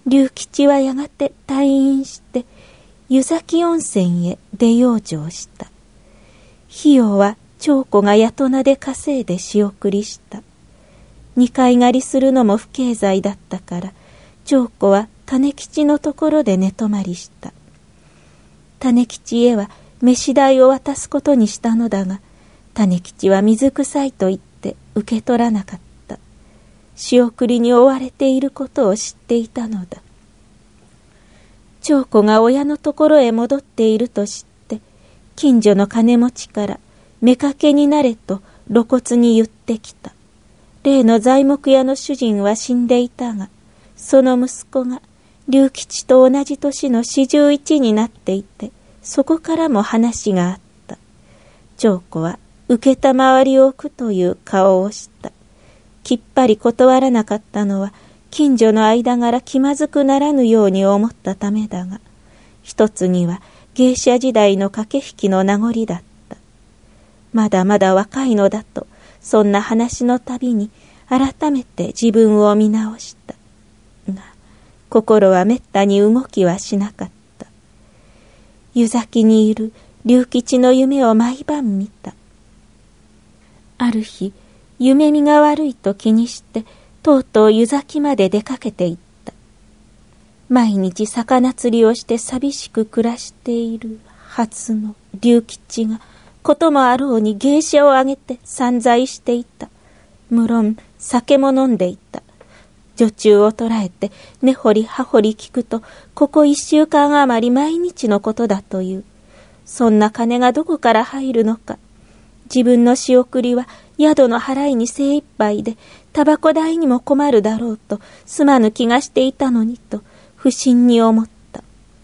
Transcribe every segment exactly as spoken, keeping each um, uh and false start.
龍吉はやがて退院して湯崎温泉へ出養生した。費用は長子がやとなで稼いで仕送りした。二階狩りするのも不経済だったから長子は種吉のところで寝泊まりした。種吉へは飯代を渡すことにしたのだが、種吉は水臭いと言って受け取らなかった。仕送りに追われていることを知っていたのだ。長子が親のところへ戻っていると知って、近所の金持ちから妾になれと露骨に言ってきた。例の材木屋の主人は死んでいたが、その息子が龍吉と同じ年の四十一になっていて、そこからも話があった。長子は受けたまわりを置くという顔をした。きっぱり断らなかったのは、近所の間柄気まずくならぬように思ったためだが、一つには芸者時代の駆け引きの名残だった。まだまだ若いのだと、そんな話のたびに改めて自分を見直した。が、心はめったに動きはしなかった。湯崎にいる龍吉の夢を毎晩見た。ある日、夢見が悪いと気にして、とうとう湯崎まで出かけていった。毎日魚釣りをして寂しく暮らしているはずの龍吉が、こともあろうに芸者をあげて散財していた。無論酒も飲んでいた。女中を捕らえて根掘り葉掘り聞くと、ここ一週間余り毎日のことだという。そんな金がどこから入るのか。自分の仕送りは宿の払いに精一杯で、タバコ代にも困るだろうとすまぬ気がしていたのにと不審に思った。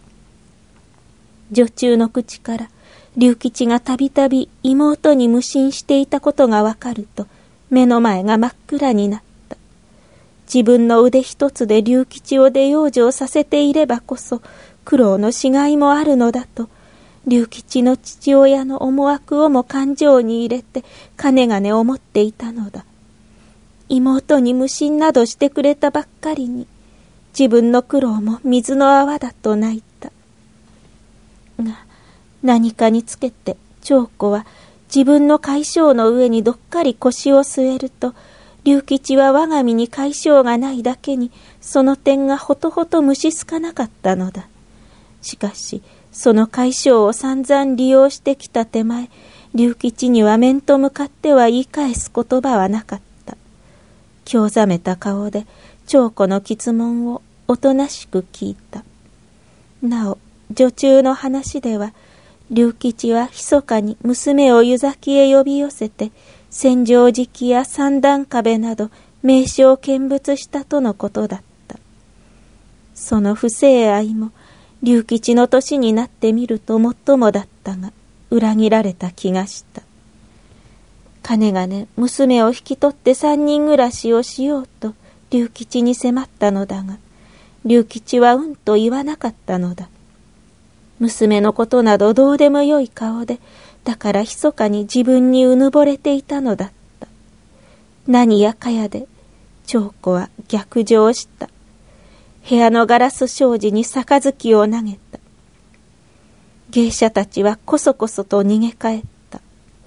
女中の口から龍吉がたびたび妹に無心していたことがわかると、目の前が真っ暗になった。自分の腕一つで龍吉を出養生させていればこそ苦労のしがいもあるのだと、龍吉の父親の思惑をも感情に入れてかねがね思っていたのだ。妹に無心などしてくれたばっかりに、自分の苦労も水の泡だと泣いた。が、何かにつけて長子は自分の甲斐性の上にどっかり腰を据えると、龍吉は我が身に甲斐性がないだけに、その点がほとほと虫すかなかったのだ。しかし、その甲斐性を散々利用してきた手前、龍吉には面と向かっては言い返す言葉はなかった。興ざめた顔で長子の詰問をおとなしく聞いた。なお、女中の話では、龍吉は密かに娘を湯崎へ呼び寄せて、千畳敷や三段壁など名所を見物したとのことだった。その不正愛も龍吉の年になってみるともっともだったが、裏切られた気がした。金がね、娘を引き取って三人暮らしをしようと龍吉に迫ったのだが、龍吉はうんと言わなかったのだ。娘のことなどどうでもよい顔で、だから密かに自分にうぬぼれていたのだった。何やかやで長子は逆上した。部屋のガラス障子に杯を投げた。芸者たちはこそこそと逃げ帰った。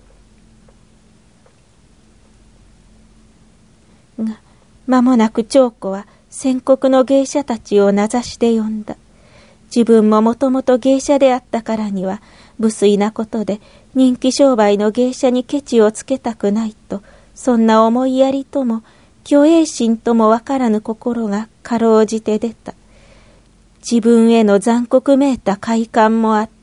が、間もなく長子は先刻の芸者たちを名指しで呼んだ。自分ももともと芸者であったからには、無粋なことで人気商売の芸者にケチをつけたくないと、そんな思いやりとも虚栄心ともわからぬ心がかろうじて出た。自分への残酷めいた快感もあった。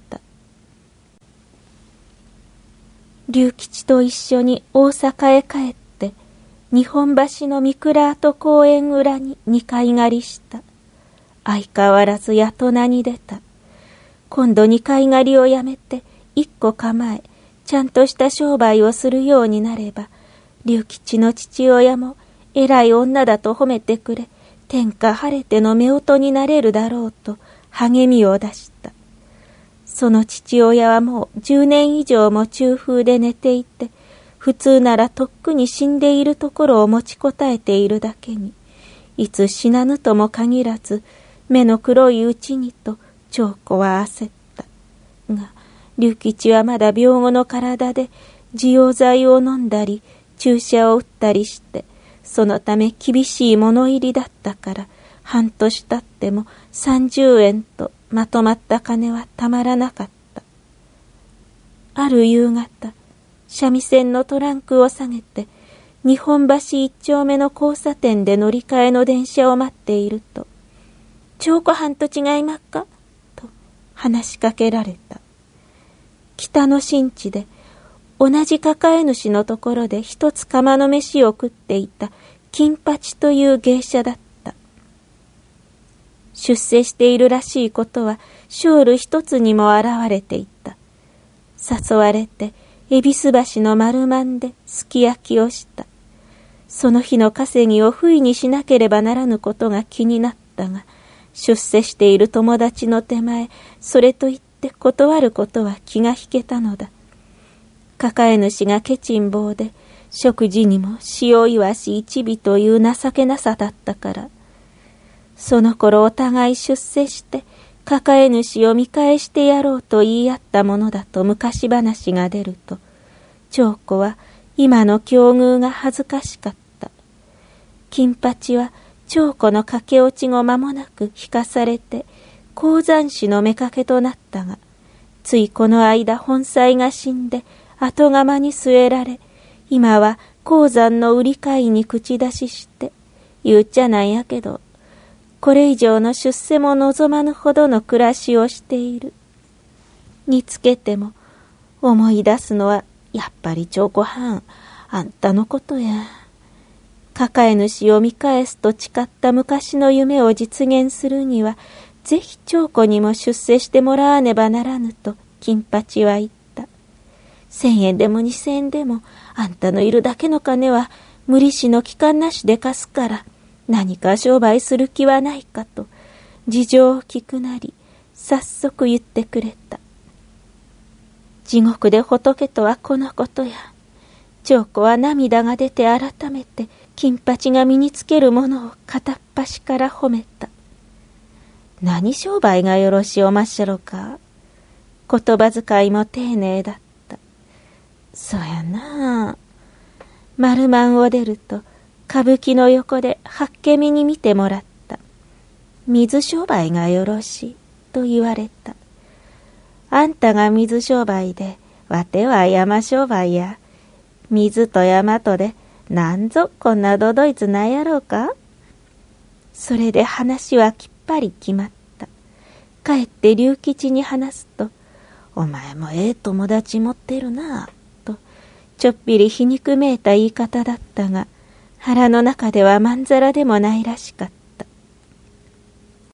龍吉と一緒に大阪へ帰って、日本橋の三倉跡公園裏に二階狩りした。相変わらずやとなに出た。今度二階狩りをやめて一個構え、ちゃんとした商売をするようになれば、龍吉の父親も偉い女だと褒めてくれ、天下晴れての夫婦になれるだろうと励みを出した。その父親はもう十年以上も中風で寝ていて、普通ならとっくに死んでいるところを持ちこたえているだけに、いつ死なぬとも限らず、 目の黒いうちにと長子は焦った。が、龍吉はまだ病後の体で治療剤を飲んだり注射を打ったりして、そのため厳しい物入りだったから、半年経ってもさんじゅうえんとまとまった金はたまらなかった。ある夕方、三味線のトランクを下げて、日本橋一丁目の交差点で乗り換えの電車を待っていると、長子はんと違いまっかと話しかけられた。北の新地で、同じ抱え主のところで一つ釜の飯を食っていた金八という芸者だった。出世しているらしいことはショール一つにも現れていた。誘われて恵比寿橋の丸満ですき焼きをした。その日の稼ぎを不意にしなければならぬことが気になったが、出世している友達の手前、それと言って断ることは気が引けたのだ。抱え主がケチン坊で、食事にも塩いわし一尾という情けなさだったから、その頃お互い出世して抱え主を見返してやろうと言い合ったものだと昔話が出ると、長子は今の境遇が恥ずかしかった。金八は長子の駆け落ち後間もなく引かされて鉱山師の妾となったが、ついこの間本妻が死んで後釜に据えられ、今は鉱山の売り買いに口出しして、言っちゃなんやけど、これ以上の出世も望まぬほどの暮らしをしている。につけても思い出すのはやっぱり長子はん、あんたのことや。抱え主を見返すと誓った昔の夢を実現するには、ぜひ長子にも出世してもらわねばならぬと金八は言った。千円でも二千円でも、あんたのいるだけの金は無利子の期間なしで貸すから、何か商売する気はないかと事情を聞くなり、早速言ってくれた。地獄で仏とはこのことや。長子は涙が出て改めて金八が身につけるものを片っ端から褒めた。何商売がよろしおまっしゃろか。言葉遣いも丁寧だった。そやなあ。丸満を出ると歌舞伎の横ではっけみに見てもらった。水商売がよろしいと言われた。あんたが水商売で、わては山商売や。水と山とで、なんぞこんなどどいつなんやろうか。それで話はきっぱり決まった。帰って龍吉に話すと、お前もええ友達持ってるなぁ、と、ちょっぴり皮肉めいた言い方だったが、腹の中ではまんざらでもないらしかった。